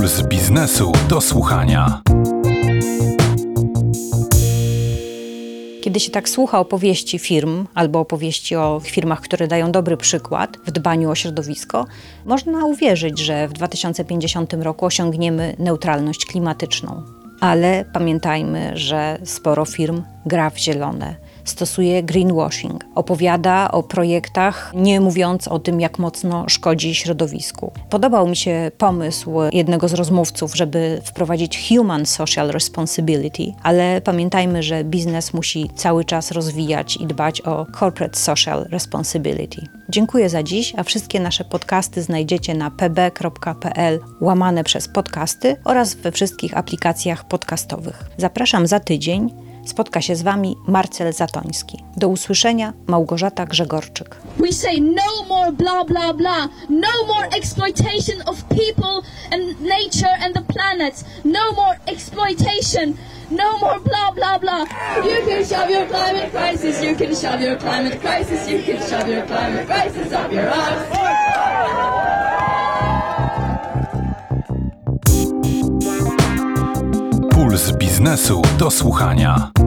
Puls biznesu do słuchania. Kiedy się tak słucha opowieści firm albo opowieści o firmach, które dają dobry przykład w dbaniu o środowisko, można uwierzyć, że w 2050 roku osiągniemy neutralność klimatyczną. Ale pamiętajmy, że sporo firm gra w zielone, stosuje greenwashing, opowiada o projektach, nie mówiąc o tym, jak mocno szkodzi środowisku. Podobał mi się pomysł jednego z rozmówców, żeby wprowadzić Human Social Responsibility, ale pamiętajmy, że biznes musi cały czas rozwijać i dbać o Corporate Social Responsibility. Dziękuję za dziś, a wszystkie nasze podcasty znajdziecie na pb.pl/podcasty oraz we wszystkich aplikacjach podcastowych. Zapraszam za tydzień. Spotka się z Wami Marcel Zatoński. Do usłyszenia, Małgorzata Grzegorczyk. We say no more blah blah blah, no more exploitation of people and nature and the planet, no more exploitation, no more blah blah blah. You can shove your climate crisis, you can shove your climate crisis, you can shove your climate crisis up your ass. Puls biznesu do słuchania.